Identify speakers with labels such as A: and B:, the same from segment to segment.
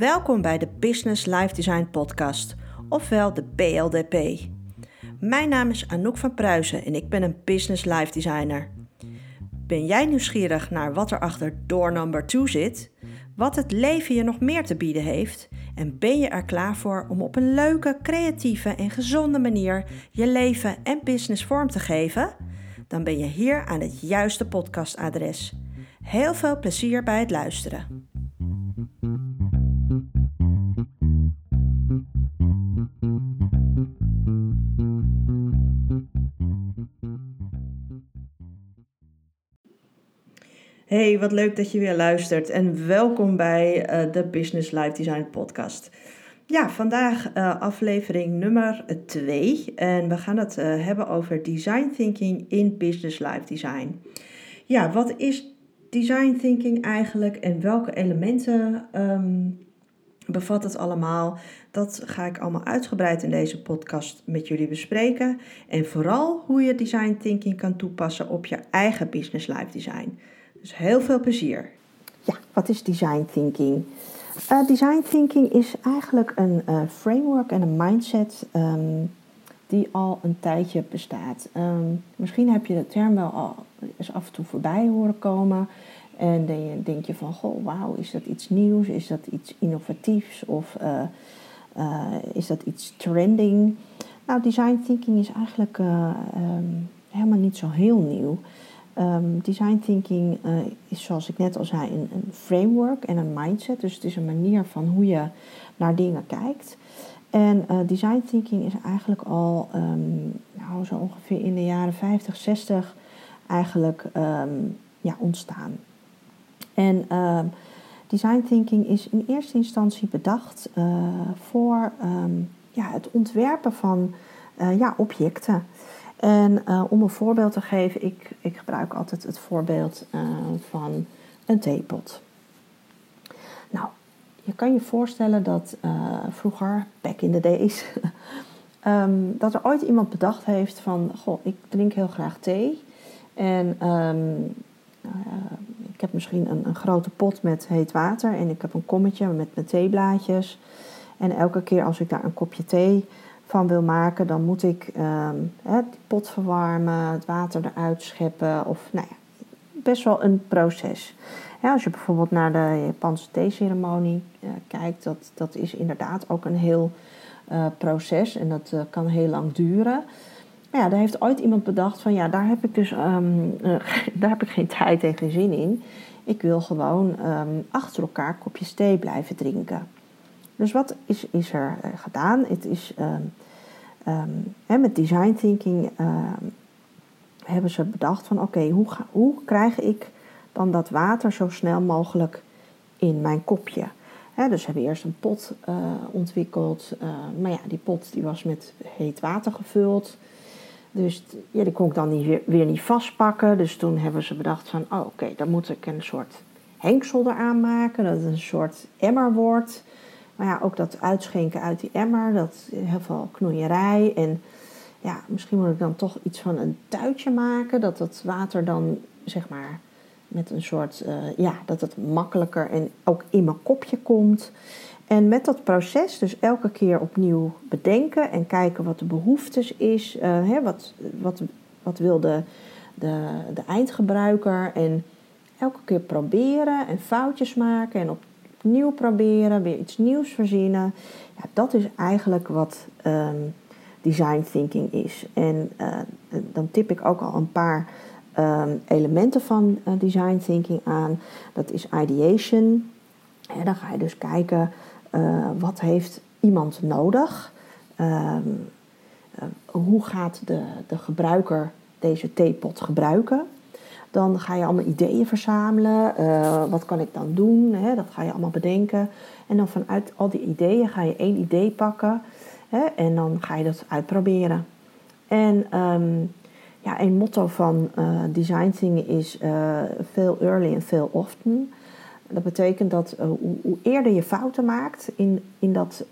A: Welkom bij de Business Life Design Podcast, ofwel de BLDP. Mijn naam is Anouk van Pruisen en ik ben een Business Life Designer. Ben jij nieuwsgierig naar wat er achter door number 2 zit? Wat het leven je nog meer te bieden heeft? En ben je er klaar voor om op een leuke, creatieve en gezonde manier je leven en business vorm te geven? Dan ben je hier aan het juiste podcastadres. Heel veel plezier bij het luisteren. Hey, wat leuk dat je weer luistert en welkom bij de Business Life Design podcast. Ja, vandaag aflevering nummer 2 en we gaan het hebben over design thinking in business life design. Ja, wat is design thinking eigenlijk en welke elementen bevat het allemaal? Dat ga ik allemaal uitgebreid in deze podcast met jullie bespreken. En vooral hoe je design thinking kan toepassen op je eigen business life design. Dus heel veel plezier. Ja, wat is design thinking? Design thinking is eigenlijk een framework en een mindset die al een tijdje bestaat. Misschien heb je de term wel al eens af en toe voorbij horen komen. En dan denk je van, goh, wauw, is dat iets nieuws? Is dat iets innovatiefs? Of is dat iets trending? Nou, design thinking is eigenlijk helemaal niet zo heel nieuw. Design thinking is, zoals ik net al zei, een framework en een mindset. Dus het is een manier van hoe je naar dingen kijkt. En design thinking is eigenlijk al zo ongeveer in de jaren 50, 60 eigenlijk ontstaan. En design thinking is in eerste instantie bedacht voor het ontwerpen van objecten. En om een voorbeeld te geven, ik gebruik altijd het voorbeeld van een theepot. Nou, je kan je voorstellen dat vroeger, back in the days, dat er ooit iemand bedacht heeft van, goh, ik drink heel graag thee. En ik heb misschien een grote pot met heet water en ik heb een kommetje met mijn theeblaadjes. En elke keer als ik daar een kopje thee van wil maken, dan moet ik de pot verwarmen, het water eruit scheppen. Of best wel een proces. Als je bijvoorbeeld naar de Japanse theeceremonie kijkt, dat is inderdaad ook een heel proces en dat kan heel lang duren. Maar daar heeft ooit iemand bedacht van daar heb ik dus daar heb ik geen tijd en geen zin in. Ik wil gewoon achter elkaar kopjes thee blijven drinken. Dus wat is er gedaan? Het is met design thinking hebben ze bedacht van oké, hoe krijg ik dan dat water zo snel mogelijk in mijn kopje? Dus ze hebben eerst een pot ontwikkeld. Maar die pot die was met heet water gevuld. Dus die kon ik dan weer niet vastpakken. Dus toen hebben ze bedacht van dan moet ik een soort hengsel eraan maken. Dat het een soort emmer wordt. Maar ook dat uitschenken uit die emmer, dat heel veel knoeierij. En misschien moet ik dan toch iets van een tuitje maken. Dat het water dan, zeg maar, met een soort, dat het makkelijker en ook in mijn kopje komt. En met dat proces dus elke keer opnieuw bedenken en kijken wat de behoeftes is. Wat wil de eindgebruiker. En elke keer proberen en foutjes maken en opnieuw proberen, weer iets nieuws verzinnen. Ja, dat is eigenlijk wat design thinking is. En dan tip ik ook al een paar elementen van design thinking aan. Dat is ideation. Dan ga je dus kijken, wat heeft iemand nodig? Hoe gaat de gebruiker deze theepot gebruiken? Dan ga je allemaal ideeën verzamelen. Wat kan ik dan doen? Dat ga je allemaal bedenken. En dan vanuit al die ideeën ga je 1 idee pakken. En dan ga je dat uitproberen. En een motto van design thinking is fail early and fail often. Dat betekent dat hoe eerder je fouten maakt in dat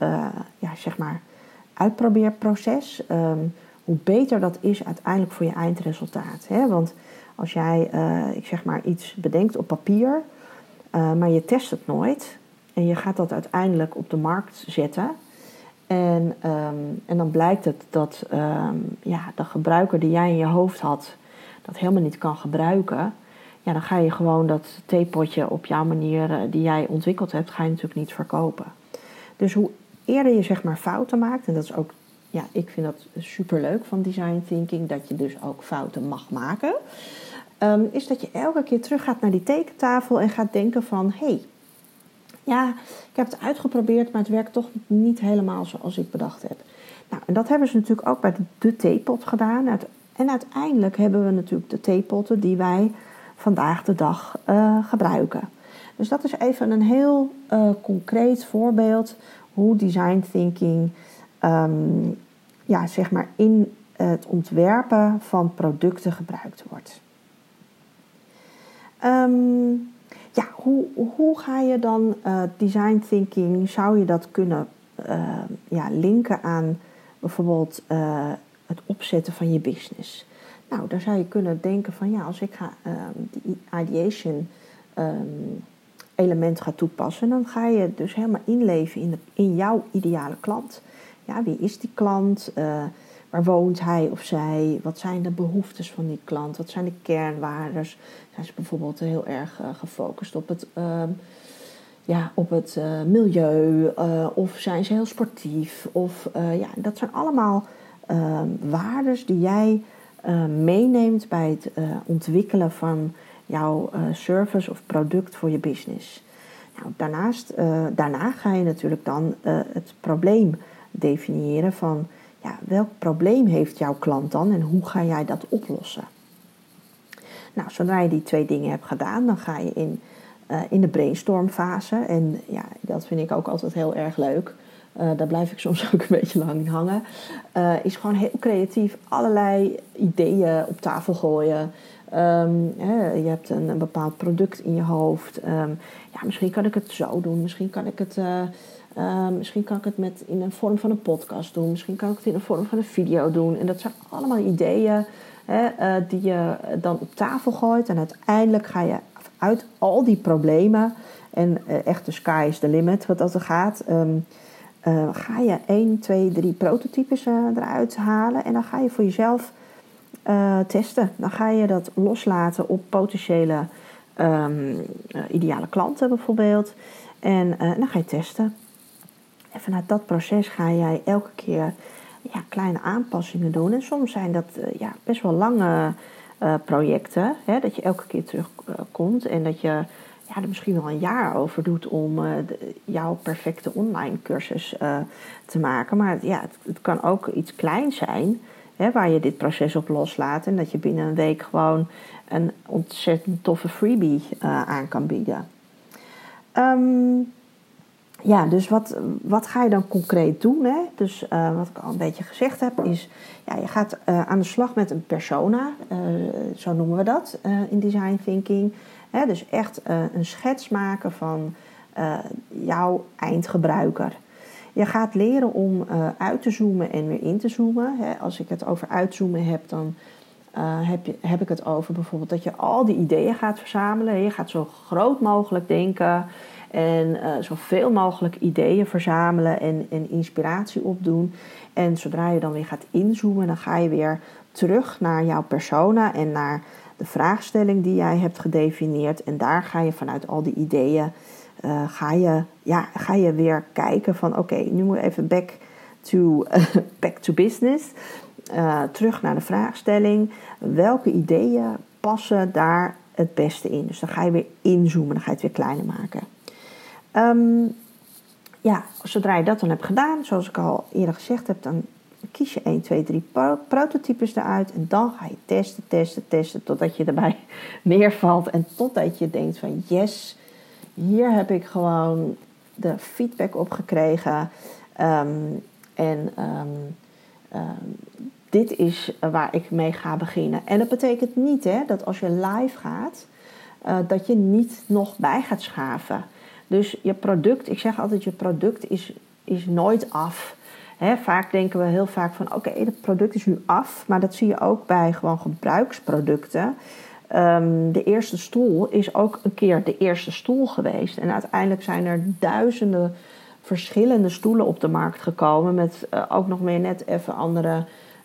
A: uitprobeerproces, hoe beter dat is uiteindelijk voor je eindresultaat. Want als jij iets bedenkt op papier, maar je test het nooit En je gaat dat uiteindelijk op de markt zetten. En dan blijkt het dat de gebruiker die jij in je hoofd had, dat helemaal niet kan gebruiken. Ja, dan ga je gewoon dat theepotje op jouw manier die jij ontwikkeld hebt, ga je natuurlijk niet verkopen. Dus hoe eerder je zeg maar fouten maakt, en dat is ook, ja, ik vind dat superleuk van design thinking, dat je dus ook fouten mag maken, is dat je elke keer terug gaat naar die tekentafel en gaat denken van, ja, ik heb het uitgeprobeerd, maar het werkt toch niet helemaal zoals ik bedacht heb. Nou, en dat hebben ze natuurlijk ook bij de theepot gedaan. En uiteindelijk hebben we natuurlijk de theepotten die wij vandaag de dag gebruiken. Dus dat is even een heel concreet voorbeeld hoe design thinking zeg maar in het ontwerpen van producten gebruikt wordt. Hoe ga je dan design thinking, zou je dat kunnen linken aan bijvoorbeeld het opzetten van je business? Nou, daar zou je kunnen denken van, ja, als ik ga die ideation element ga toepassen, dan ga je dus helemaal inleven in jouw ideale klant. Ja, wie is die klant? Waar woont hij of zij? Wat zijn de behoeftes van die klant? Wat zijn de kernwaarden? Zijn ze bijvoorbeeld heel erg gefocust op het milieu? Of zijn ze heel sportief? Dat zijn allemaal waarden die jij meeneemt bij het ontwikkelen van jouw service of product voor je business. Nou, daarna ga je natuurlijk dan het probleem definiëren van, ja, welk probleem heeft jouw klant dan en hoe ga jij dat oplossen? Nou, zodra je die twee dingen hebt gedaan, dan ga je in de brainstormfase. En ja, dat vind ik ook altijd heel erg leuk. Daar blijf ik soms ook een beetje lang in hangen. Is gewoon heel creatief allerlei ideeën op tafel gooien. Je hebt een bepaald product in je hoofd. Misschien kan ik het zo doen. Misschien kan ik het in een vorm van een podcast doen. Misschien kan ik het in een vorm van een video doen. En dat zijn allemaal ideeën die je dan op tafel gooit. En uiteindelijk ga je uit al die problemen, en echt de sky is the limit wat dat er gaat, ga je 1, 2, 3 prototypes eruit halen. En dan ga je voor jezelf testen. Dan ga je dat loslaten op potentiële ideale klanten bijvoorbeeld. En dan ga je testen. En vanuit dat proces ga jij elke keer kleine aanpassingen doen. En soms zijn dat best wel lange projecten. Dat je elke keer terugkomt en dat je er misschien wel een jaar over doet om jouw perfecte online cursus te maken. Maar het kan ook iets kleins zijn, waar je dit proces op loslaat. En dat je binnen een week gewoon een ontzettend toffe freebie aan kan bieden. Dus wat ga je dan concreet doen? Hè? Dus wat ik al een beetje gezegd heb is, je gaat aan de slag met een persona. Zo noemen we dat in design thinking. Dus echt een schets maken van jouw eindgebruiker. Je gaat leren om uit te zoomen en weer in te zoomen. Als ik het over uitzoomen heb, dan heb ik het over bijvoorbeeld dat je al die ideeën gaat verzamelen. Je gaat zo groot mogelijk denken en zoveel mogelijk ideeën verzamelen en inspiratie opdoen. En zodra je dan weer gaat inzoomen, dan ga je weer terug naar jouw persona en naar de vraagstelling die jij hebt gedefinieerd. En daar ga je vanuit al die ideeën ga je weer kijken van oké, nu moet ik even back to business. Terug naar de vraagstelling. Welke ideeën passen daar het beste in? Dus dan ga je weer inzoomen, dan ga je het weer kleiner maken. Zodra je dat dan hebt gedaan, zoals ik al eerder gezegd heb, dan kies je 1, 2, 3 prototypes eruit. En dan ga je testen, totdat je erbij neervalt. En totdat je denkt van yes, hier heb ik gewoon de feedback op gekregen. Dit is waar ik mee ga beginnen. En dat betekent niet dat als je live gaat, dat je niet nog bij gaat schaven. Dus je product, ik zeg altijd, je product is nooit af. Vaak denken we heel vaak van oké, het product is nu af. Maar dat zie je ook bij gewoon gebruiksproducten. De eerste stoel is ook een keer de eerste stoel geweest. En uiteindelijk zijn er duizenden verschillende stoelen op de markt gekomen. Met ook nog meer net even andere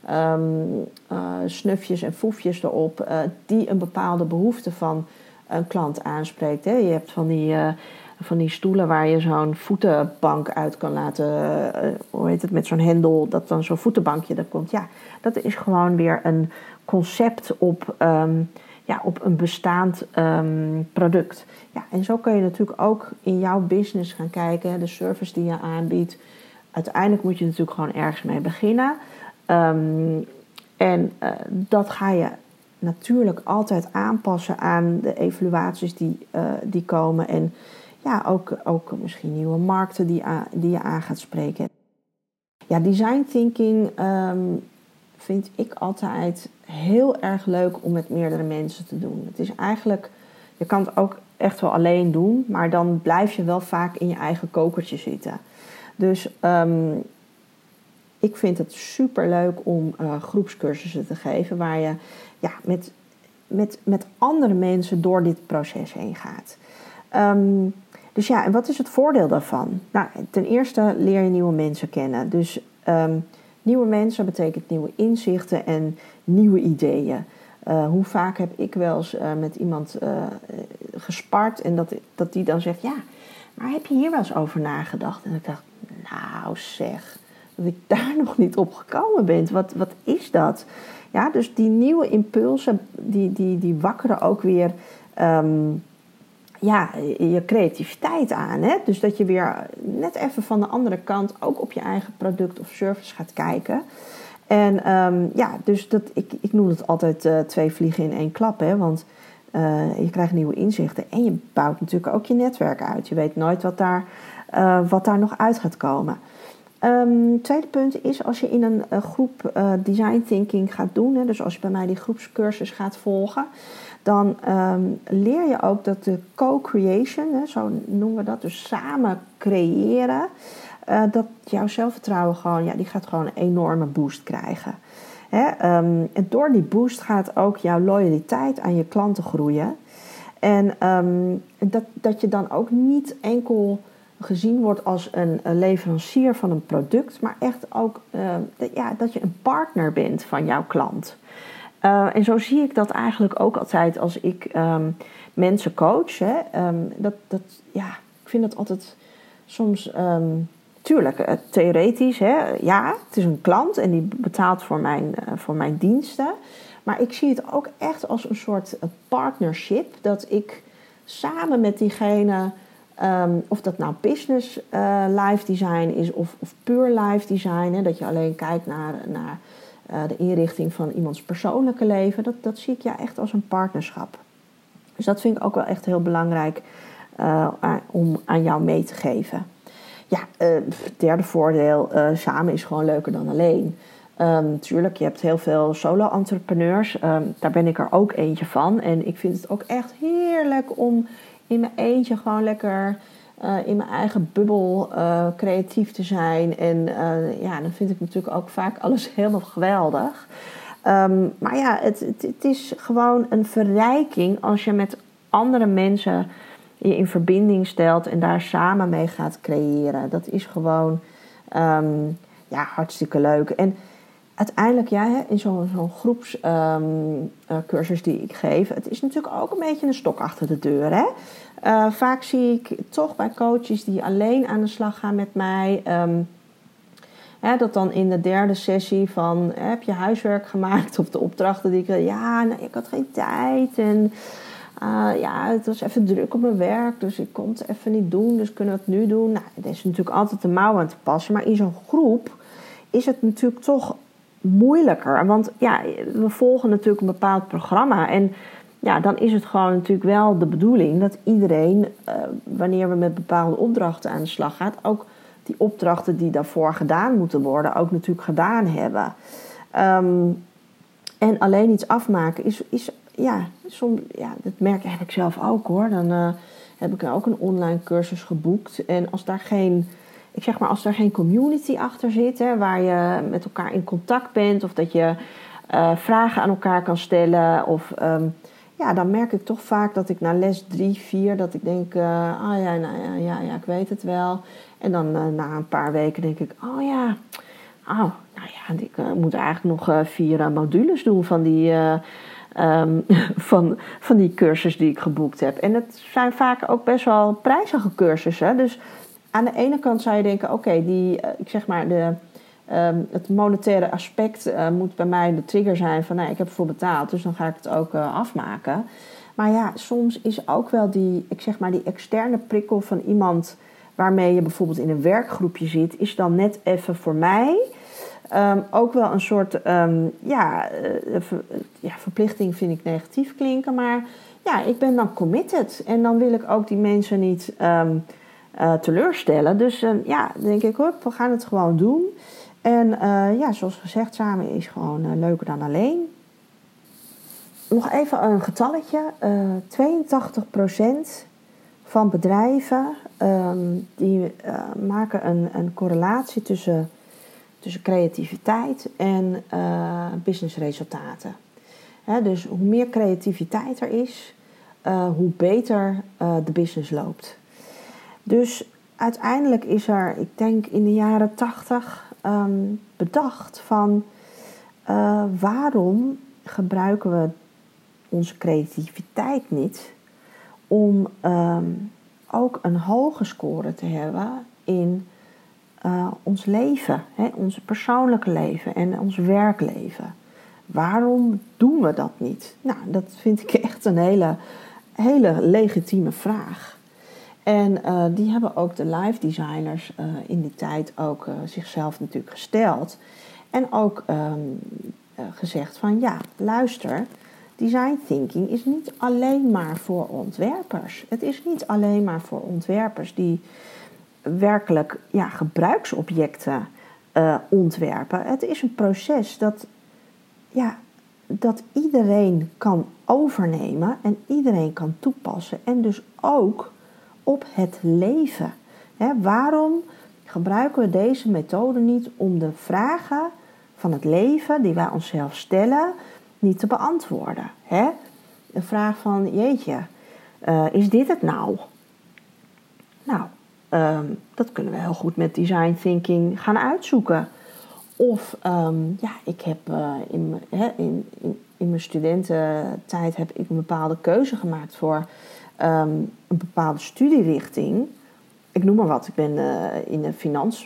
A: snufjes en foefjes erop. Die een bepaalde behoefte van een klant aanspreekt. Hè. Je hebt van die stoelen waar je zo'n voetenbank uit kan laten. Hoe heet het? Met zo'n hendel. Dat dan zo'n voetenbankje er komt. Ja, dat is gewoon weer een concept op een bestaand product. Ja, en zo kun je natuurlijk ook in jouw business gaan kijken. De service die je aanbiedt. Uiteindelijk moet je natuurlijk gewoon ergens mee beginnen. Dat ga je natuurlijk altijd aanpassen aan de evaluaties die komen. En ja, ook misschien nieuwe markten die je aan gaat spreken. Ja, design thinking vind ik altijd heel erg leuk om met meerdere mensen te doen. Het is eigenlijk, je kan het ook echt wel alleen doen, maar dan blijf je wel vaak in je eigen kokertje zitten. Dus ik vind het super leuk om groepscursussen te geven waar je met andere mensen door dit proces heen gaat. Dus ja, en wat is het voordeel daarvan? Nou, ten eerste leer je nieuwe mensen kennen. Dus nieuwe mensen betekent nieuwe inzichten en nieuwe ideeën. Hoe vaak heb ik wel eens met iemand gespart en dat die dan zegt, ja, maar heb je hier wel eens over nagedacht? En ik dacht, nou zeg, dat ik daar nog niet op gekomen ben. Wat is dat? Ja, dus die nieuwe impulsen, die wakkeren ook weer je creativiteit aan. Hè? Dus dat je weer net even van de andere kant ook op je eigen product of service gaat kijken. En dus ik noem het altijd 2 vliegen in 1 klap. Hè? Want je krijgt nieuwe inzichten en je bouwt natuurlijk ook je netwerk uit. Je weet nooit wat daar nog uit gaat komen. Tweede punt is als je in een groep design thinking gaat doen. Hè, dus als je bij mij die groepscursus gaat volgen. Dan leer je ook dat de co-creation, hè, zo noemen we dat, dus samen creëren. Dat jouw zelfvertrouwen die gaat gewoon een enorme boost krijgen. Hè, en door die boost gaat ook jouw loyaliteit aan je klanten groeien. En dat je dan ook niet enkel gezien wordt als een leverancier van een product, maar echt ook dat je een partner bent van jouw klant. En zo zie ik dat eigenlijk ook altijd als ik mensen coach. Hè, ik vind dat altijd soms, tuurlijk, theoretisch. Hè, ja, het is een klant en die betaalt voor mijn diensten. Maar ik zie het ook echt als een soort partnership. Dat ik samen met diegene, of dat nou business life design is of puur life design. Hè, dat je alleen kijkt naar de inrichting van iemands persoonlijke leven. Dat zie ik echt als een partnerschap. Dus dat vind ik ook wel echt heel belangrijk om aan jou mee te geven. Ja, derde voordeel, samen is gewoon leuker dan alleen. Tuurlijk, je hebt heel veel solo-entrepreneurs. Daar ben ik er ook eentje van. En ik vind het ook echt heerlijk om in mijn eentje gewoon lekker in mijn eigen bubbel creatief te zijn. En dan vind ik natuurlijk ook vaak alles helemaal geweldig. Maar ja, het is gewoon een verrijking als je met andere mensen je in verbinding stelt en daar samen mee gaat creëren. Dat is gewoon hartstikke leuk. En uiteindelijk, in zo'n groepscursus die ik geef, het is natuurlijk ook een beetje een stok achter de deur. Hè? Vaak zie ik toch bij coaches die alleen aan de slag gaan met mij, dat dan in de derde sessie van, heb je huiswerk gemaakt of de opdrachten die ik ik had geen tijd en het was even druk op mijn werk, dus ik kon het even niet doen, dus kunnen we het nu doen? Nou, er is natuurlijk altijd de mouw aan te passen, maar in zo'n groep is het natuurlijk toch moeilijker. Want we volgen natuurlijk een bepaald programma. En dan is het gewoon natuurlijk wel de bedoeling dat iedereen, wanneer we met bepaalde opdrachten aan de slag gaat, ook die opdrachten die daarvoor gedaan moeten worden, ook natuurlijk gedaan hebben. En alleen iets afmaken is soms, dat merk ik eigenlijk zelf ook hoor. Dan heb ik ook een online cursus geboekt. En als daar geen community achter zit, hè, waar je met elkaar in contact bent, of dat je vragen aan elkaar kan stellen, of
B: dan merk ik toch vaak dat ik na les 3, 4... dat ik denk, ik weet het wel. En dan na een paar weken denk ik, ik moet eigenlijk nog 4 modules doen van die... van die cursus die ik geboekt heb. En het zijn vaak ook best wel prijzige cursussen. Dus aan de ene kant zou je denken, het monetaire aspect moet bij mij de trigger zijn van, ik heb ervoor betaald, dus dan ga ik het ook afmaken. Maar ja, soms is ook wel die externe prikkel van iemand waarmee je bijvoorbeeld in een werkgroepje zit, is dan net even voor mij ook wel een soort verplichting, vind ik negatief klinken, maar ja, ik ben dan committed en dan wil ik ook die mensen niet teleurstellen. Dus dan denk ik, we gaan het gewoon doen. En zoals gezegd, samen is gewoon leuker dan alleen. Nog even een getalletje. 82% van bedrijven die maken een correlatie tussen creativiteit en businessresultaten. Dus hoe meer creativiteit er is, hoe beter de business loopt. Dus uiteindelijk is er, ik denk in de jaren 80, bedacht van waarom gebruiken we onze creativiteit niet om ook een hoge score te hebben in ons leven, ons persoonlijke leven en ons werkleven. Waarom doen we dat niet? Nou, dat vind ik echt een hele legitieme vraag. En die hebben ook de live designers in die tijd ook zichzelf natuurlijk gesteld. En ook gezegd van luister, design thinking is niet alleen maar voor ontwerpers. Het is niet alleen maar voor ontwerpers die werkelijk gebruiksobjecten ontwerpen. Het is een proces dat iedereen kan overnemen en iedereen kan toepassen. En dus ook op het leven. Waarom gebruiken we deze methode niet om de vragen van het leven die wij onszelf stellen niet te beantwoorden? De vraag van, is dit het nou? Nou, dat kunnen we heel goed met design thinking gaan uitzoeken. Of ik heb in mijn studententijd heb ik een bepaalde keuze gemaakt voor een bepaalde studierichting. Ik noem maar wat. Ik ben in de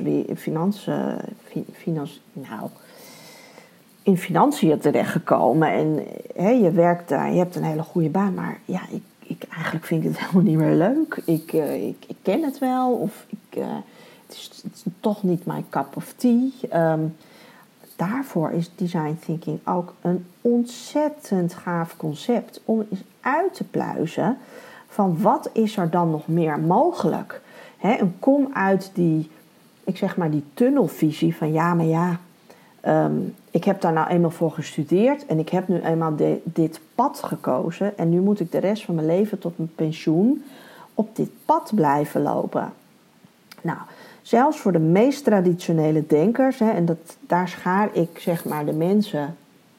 B: financiën terechtgekomen. En je werkt daar, je hebt een hele goede baan. Maar eigenlijk vind ik het helemaal niet meer leuk. Ik ken het wel. Of het is toch niet mijn cup of tea. Daarvoor is design thinking ook een ontzettend gaaf concept. Om eens uit te pluizen van wat is er dan nog meer mogelijk. En kom uit die tunnelvisie van ik heb daar nou eenmaal voor gestudeerd en ik heb nu eenmaal dit pad gekozen en nu moet ik de rest van mijn leven tot mijn pensioen op dit pad blijven lopen. Nou, zelfs voor de meest traditionele denkers, daar schaar ik de mensen,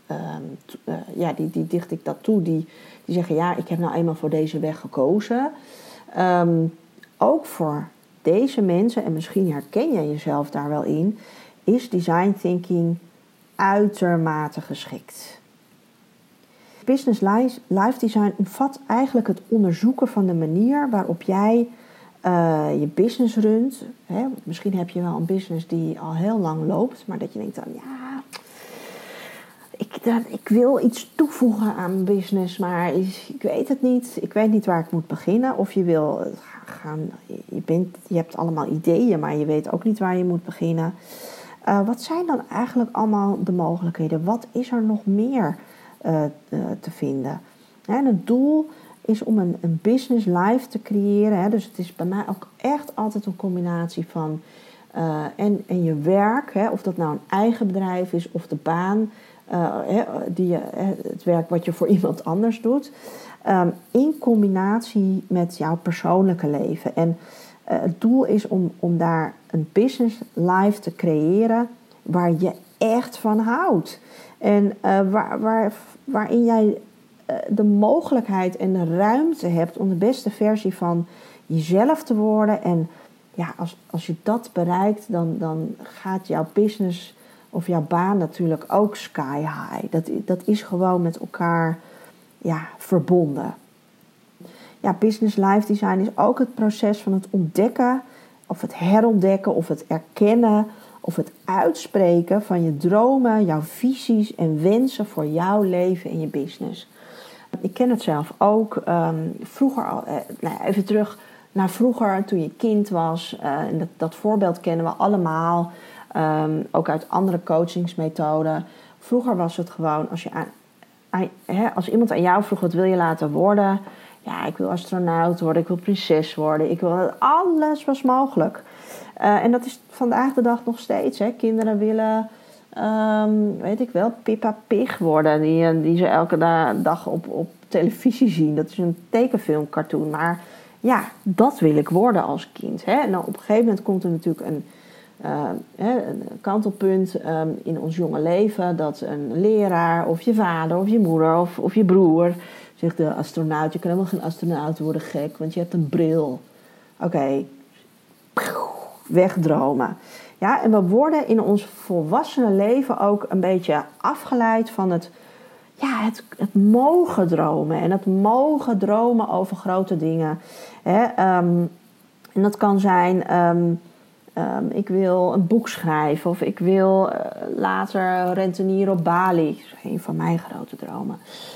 B: die dicht ik dat toe, die zeggen ik heb nou eenmaal voor deze weg gekozen. Ook voor deze mensen, en misschien herken je jezelf daar wel in, is design thinking uitermate geschikt. Business life design omvat eigenlijk het onderzoeken van de manier waarop jij je business runt. Misschien heb je wel een business die al heel lang loopt, maar dat je denkt dan, ik wil iets toevoegen aan mijn business, maar ik weet het niet. Ik weet niet waar ik moet beginnen. Of je wil gaan, je hebt allemaal ideeën, maar je weet ook niet waar je moet beginnen. Wat zijn dan eigenlijk allemaal de mogelijkheden? Wat is er nog meer te vinden? En het doel is om een business life te creëren. Dus het is bij mij ook echt altijd een combinatie van en je werk. Of dat nou een eigen bedrijf is of de baan. Het werk wat je voor iemand anders doet. In combinatie met jouw persoonlijke leven. En het doel is om daar een business life te creëren waar je echt van houdt. En waarin jij de mogelijkheid en de ruimte hebt om de beste versie van jezelf te worden. En ja, als je dat bereikt, dan gaat jouw business of jouw baan natuurlijk ook sky high. Dat is gewoon met elkaar verbonden. Ja, business life design is ook het proces van het ontdekken of het herontdekken of het erkennen of het uitspreken van je dromen, jouw visies en wensen voor jouw leven en je business. Ik ken het zelf ook. Vroeger al, even terug naar vroeger toen je kind was. En dat voorbeeld kennen we allemaal. Ook uit andere coachingsmethoden. Vroeger was het gewoon, als iemand aan jou vroeg, wat wil je laten worden? Ja, ik wil astronaut worden, ik wil prinses worden. Ik wil, alles was mogelijk. En dat is vandaag de dag nog steeds. Hè. Kinderen willen, Pippa Pig worden. Die ze elke dag op televisie zien. Dat is een tekenfilmcartoon. Maar ja, dat wil ik worden als kind. Hè. En dan op een gegeven moment komt er natuurlijk een kantelpunt in ons jonge leven. Dat een leraar of je vader of je moeder of je broer zegt, de astronaut, je kan helemaal geen astronaut worden, gek. Want je hebt een bril. Oké. Wegdromen. Ja, en we worden in ons volwassene leven ook een beetje afgeleid van het mogen dromen. En het mogen dromen over grote dingen. En dat kan zijn, ik wil een boek schrijven. Of ik wil later rentenier op Bali. Dat is een van mijn grote dromen.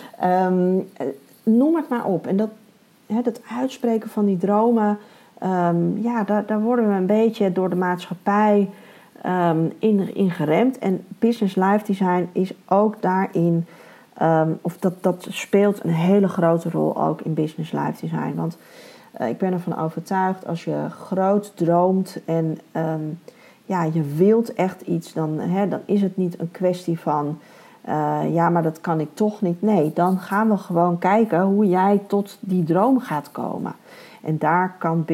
B: Noem het maar op. En dat uitspreken van die dromen, daar worden we een beetje door de maatschappij in geremd. En business life design is ook daarin, dat speelt een hele grote rol ook in business life design. Want ik ben ervan overtuigd, als je groot droomt en je wilt echt iets, dan is het niet een kwestie van, maar dat kan ik toch niet. Nee, dan gaan we gewoon kijken hoe jij tot die droom gaat komen. En daar kan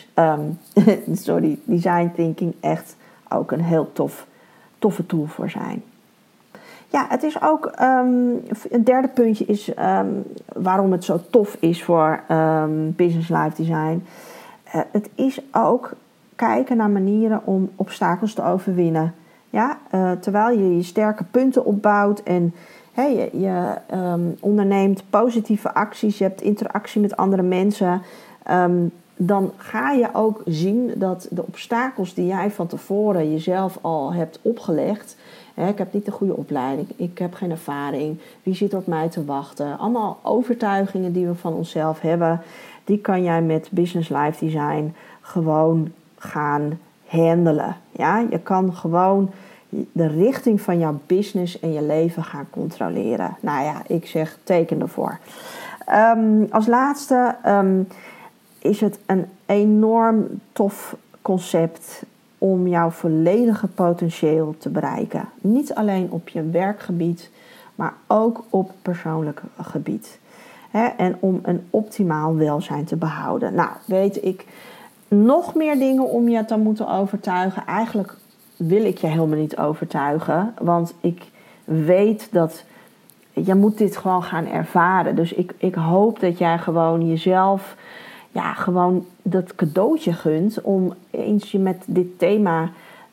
B: design thinking echt ook een heel toffe tool voor zijn. Ja, het is ook, een derde puntje is waarom het zo tof is voor business life design. Het is ook kijken naar manieren om obstakels te overwinnen. Ja, terwijl je sterke punten opbouwt en je onderneemt positieve acties, je hebt interactie met andere mensen, dan ga je ook zien dat de obstakels die jij van tevoren jezelf al hebt opgelegd, ik heb niet de goede opleiding, ik heb geen ervaring, wie zit op mij te wachten, allemaal overtuigingen die we van onszelf hebben, die kan jij met business life design gewoon gaan handelen. Ja? Je kan gewoon de richting van jouw business en je leven gaan controleren. Nou ja, ik zeg teken ervoor. Als laatste is het een enorm tof concept om jouw volledige potentieel te bereiken. Niet alleen op je werkgebied, maar ook op persoonlijk gebied. En om een optimaal welzijn te behouden. Nou, weet ik nog meer dingen om je te moeten overtuigen. Eigenlijk wil ik je helemaal niet overtuigen. Want ik weet dat je moet dit gewoon gaan ervaren. Dus ik hoop dat jij gewoon jezelf gewoon dat cadeautje gunt om eens je met dit thema,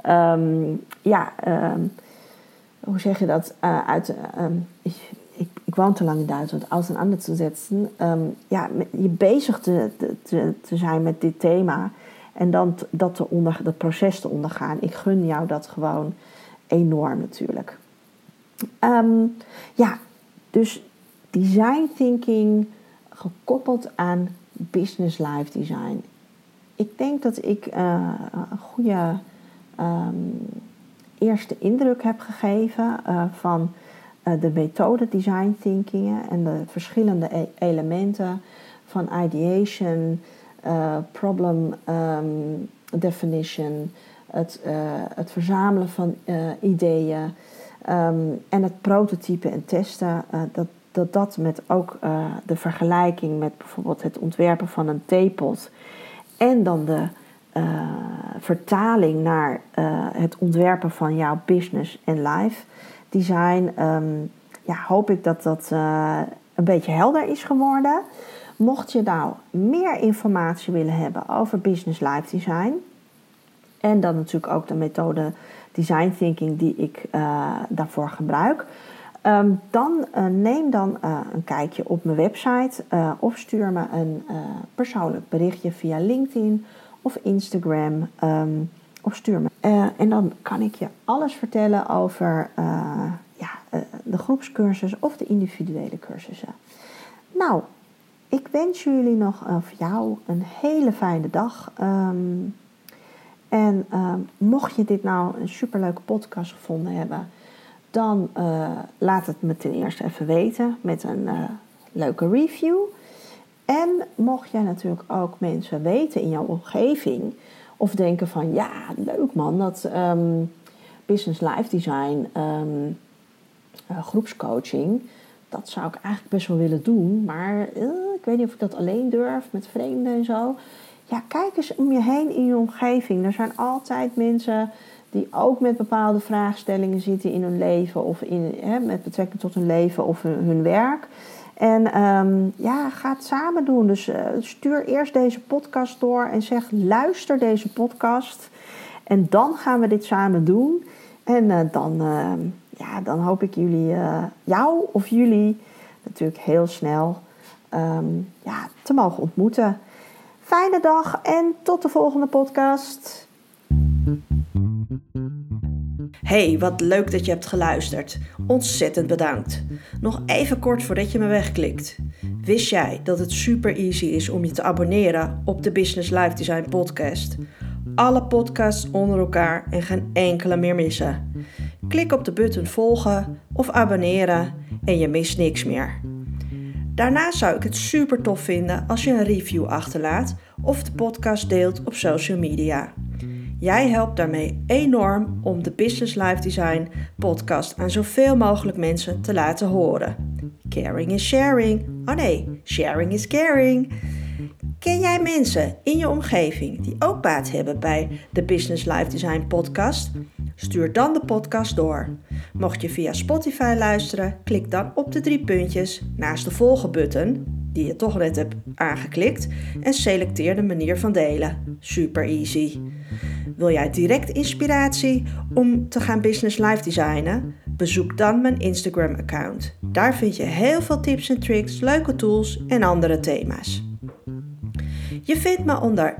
B: hoe zeg je dat, ik woon te lang in Duitsland, auseinander te zetten, je bezig te zijn met dit thema en dan dat proces te ondergaan. Ik gun jou dat gewoon enorm natuurlijk. Dus design thinking gekoppeld aan business life design. Ik denk dat ik een goede eerste indruk heb gegeven van de methode design thinking en de verschillende elementen van ideation, problem definition, het verzamelen van ideeën en het prototypen en testen, dat met ook de vergelijking met bijvoorbeeld het ontwerpen van een theepot en dan de vertaling naar het ontwerpen van jouw business en life design, hoop ik dat een beetje helder is geworden. Mocht je nou meer informatie willen hebben over Business Life Design en dan natuurlijk ook de methode Design Thinking die ik daarvoor gebruik, dan neem dan een kijkje op mijn website of stuur me een persoonlijk berichtje via LinkedIn of Instagram of stuur me. En dan kan ik je alles vertellen over de groepscursus of de individuele cursussen. Nou, ik wens jullie nog voor jou een hele fijne dag. Mocht je dit nou een superleuke podcast gevonden hebben, dan laat het me ten eerste even weten met een leuke review. En mocht jij natuurlijk ook mensen weten in jouw omgeving of denken van ja, leuk man, dat Business Life Design, groepscoaching, dat zou ik eigenlijk best wel willen doen, maar ik weet niet of ik dat alleen durf met vreemden en zo. Ja, kijk eens om je heen in je omgeving. Er zijn altijd mensen die ook met bepaalde vraagstellingen zitten in hun leven of met betrekking tot hun leven of hun werk. En ga het samen doen. Dus stuur eerst deze podcast door en zeg luister deze podcast. En dan gaan we dit samen doen. En dan hoop ik jou of jullie natuurlijk heel snel te mogen ontmoeten. Fijne dag en tot de volgende podcast.
A: Hey, wat leuk dat je hebt geluisterd. Ontzettend bedankt. Nog even kort voordat je me wegklikt. Wist jij dat het super easy is om je te abonneren op de Business Life Design podcast? Alle podcasts onder elkaar en geen enkele meer missen. Klik op de button volgen of abonneren en je mist niks meer. Daarnaast zou ik het super tof vinden als je een review achterlaat of de podcast deelt op social media. Jij helpt daarmee enorm om de Business Life Design podcast aan zoveel mogelijk mensen te laten horen. Caring is sharing. Oh nee, sharing is caring. Ken jij mensen in je omgeving die ook baat hebben bij de Business Life Design podcast? Stuur dan de podcast door. Mocht je via Spotify luisteren, klik dan op de 3 puntjes naast de volgen-button, die je toch net hebt aangeklikt, en selecteer de manier van delen. Super easy. Wil jij direct inspiratie om te gaan business life designen? Bezoek dan mijn Instagram-account. Daar vind je heel veel tips en tricks, leuke tools en andere thema's. Je vindt me onder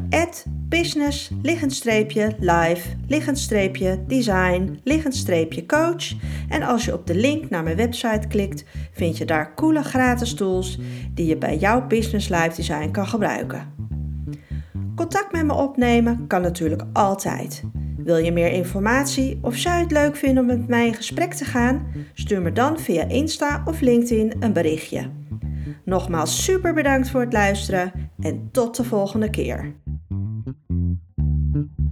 A: @business-life-design-coach. En als je op de link naar mijn website klikt, vind je daar coole gratis tools die je bij jouw business life design kan gebruiken. Contact met me opnemen kan natuurlijk altijd. Wil je meer informatie of zou je het leuk vinden om met mij in gesprek te gaan? Stuur me dan via Insta of LinkedIn een berichtje. Nogmaals super bedankt voor het luisteren en tot de volgende keer.